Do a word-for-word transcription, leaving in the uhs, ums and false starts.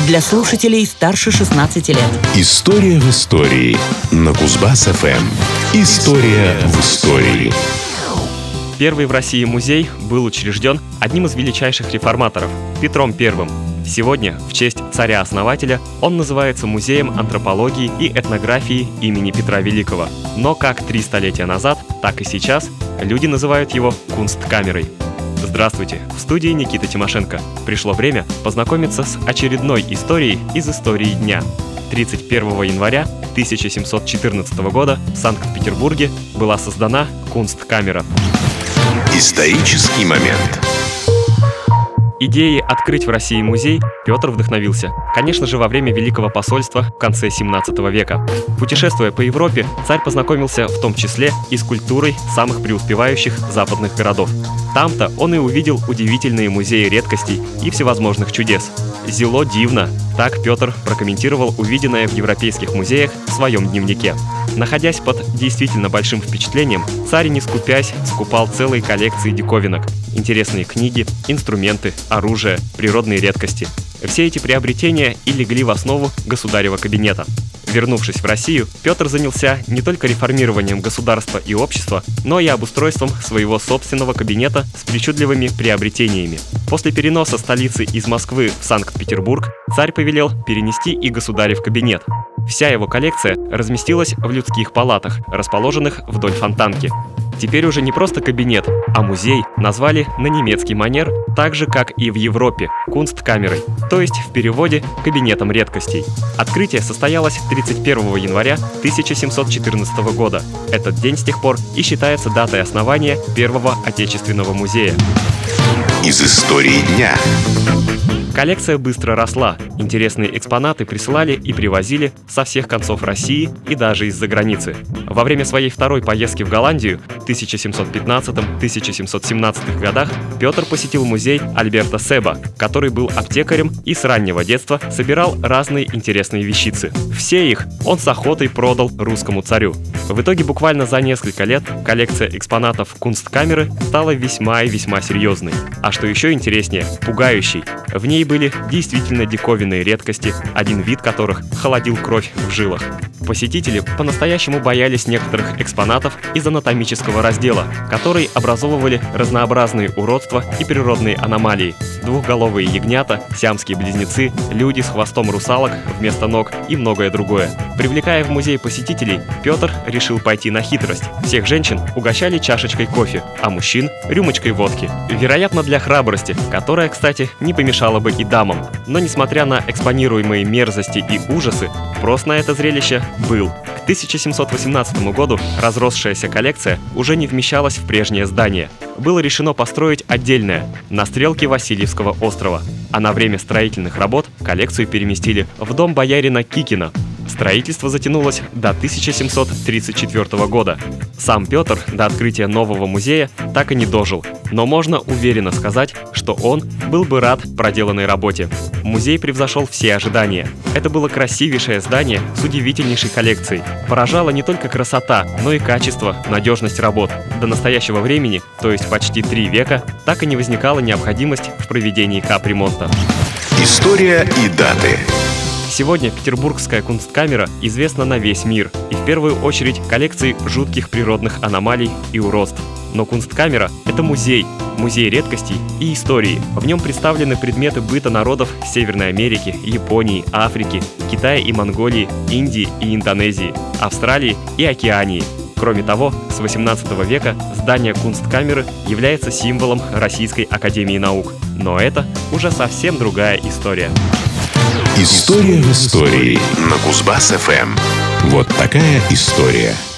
для слушателей старше шестнадцати лет. История в истории на Кузбасс-ФМ. История в истории. Первый в России музей был учрежден одним из величайших реформаторов – Петром Первым. Сегодня, в честь царя-основателя, он называется Музеем антропологии и этнографии имени Петра Великого. Но как три столетия назад, так и сейчас люди называют его Кунсткамерой. Здравствуйте, в студии Никита Тимошенко. Пришло время познакомиться с очередной историей из истории дня. тридцать первого января тысяча семьсот четырнадцатого года в Санкт-Петербурге была создана Кунсткамера. Исторический момент. Идеей открыть в России музей Петр вдохновился, конечно же, во время Великого посольства в конце семнадцатого века. Путешествуя по Европе, царь познакомился в том числе и с культурой самых преуспевающих западных городов. Там-то он и увидел удивительные музеи редкостей и всевозможных чудес. «Зело дивно», так Петр прокомментировал увиденное в европейских музеях в своем дневнике. Находясь под действительно большим впечатлением, царь, не скупясь, скупал целые коллекции диковинок, интересные книги, инструменты, оружие, природные редкости. Все эти приобретения и легли в основу государева кабинета. Вернувшись в Россию, Петр занялся не только реформированием государства и общества, но и обустройством своего собственного кабинета с причудливыми приобретениями. После переноса столицы из Москвы в Санкт-Петербург царь повелел перенести и государев кабинет. Вся его коллекция разместилась в людских палатах, расположенных вдоль Фонтанки. Теперь уже не просто кабинет, а музей назвали на немецкий манер, так же, как и в Европе, Кунсткамерой, то есть в переводе «кабинетом редкостей». Открытие состоялось тридцать первого января тысяча семьсот четырнадцатого года. Этот день с тех пор и считается датой основания первого отечественного музея. Из истории дня. Коллекция быстро росла, интересные экспонаты присылали и привозили со всех концов России и даже из-за границы. Во время своей второй поездки в Голландию в тысяча семьсот пятнадцатом — тысяча семьсот семнадцатых годах Петр посетил музей Альберта Себа, который был аптекарем и с раннего детства собирал разные интересные вещицы. Все их он с охотой продал русскому царю. В итоге буквально за несколько лет коллекция экспонатов Кунсткамеры стала весьма и весьма серьезной. А что еще интереснее, пугающей. В ней были действительно диковинные редкости, один вид которых холодил кровь в жилах. Посетители по-настоящему боялись некоторых экспонатов из анатомического раздела, которые образовывали разнообразные уродства и природные аномалии. Двухголовые ягнята, сиамские близнецы, люди с хвостом русалок вместо ног и многое другое. Привлекая в музей посетителей, Петр решил пойти на хитрость. Всех женщин угощали чашечкой кофе, а мужчин – рюмочкой водки. Вероятно, для храбрости, которая, кстати, не помешала бы и дамам. Но несмотря на экспонируемые мерзости и ужасы, спрос на это зрелище был. К тысяча семьсот восемнадцатому году разросшаяся коллекция уже не вмещалась в прежнее здание. Было решено построить отдельное, на стрелке Васильевского острова. А на время строительных работ коллекцию переместили в дом боярина Кикина. Строительство затянулось до тысяча семьсот тридцать четвёртого года. Сам Петр до открытия нового музея так и не дожил, но можно уверенно сказать, что он был бы рад проделанной работе. Музей превзошел все ожидания. Это было красивейшее здание с удивительнейшей коллекцией. Поражала не только красота, но и качество, надежность работ. До настоящего времени, то есть почти три века, так и не возникала необходимость в проведении капремонта. История и даты. Сегодня Петербургская Кунсткамера известна на весь мир, и в первую очередь коллекцией жутких природных аномалий и уродств. Но Кунсткамера – это музей, музей редкостей и истории. В нем представлены предметы быта народов Северной Америки, Японии, Африки, Китая и Монголии, Индии и Индонезии, Австралии и Океании. Кроме того, с восемнадцатого века здание Кунсткамеры является символом Российской академии наук. Но это уже совсем другая история. История в истории на Кузбасс-ФМ. Вот такая история.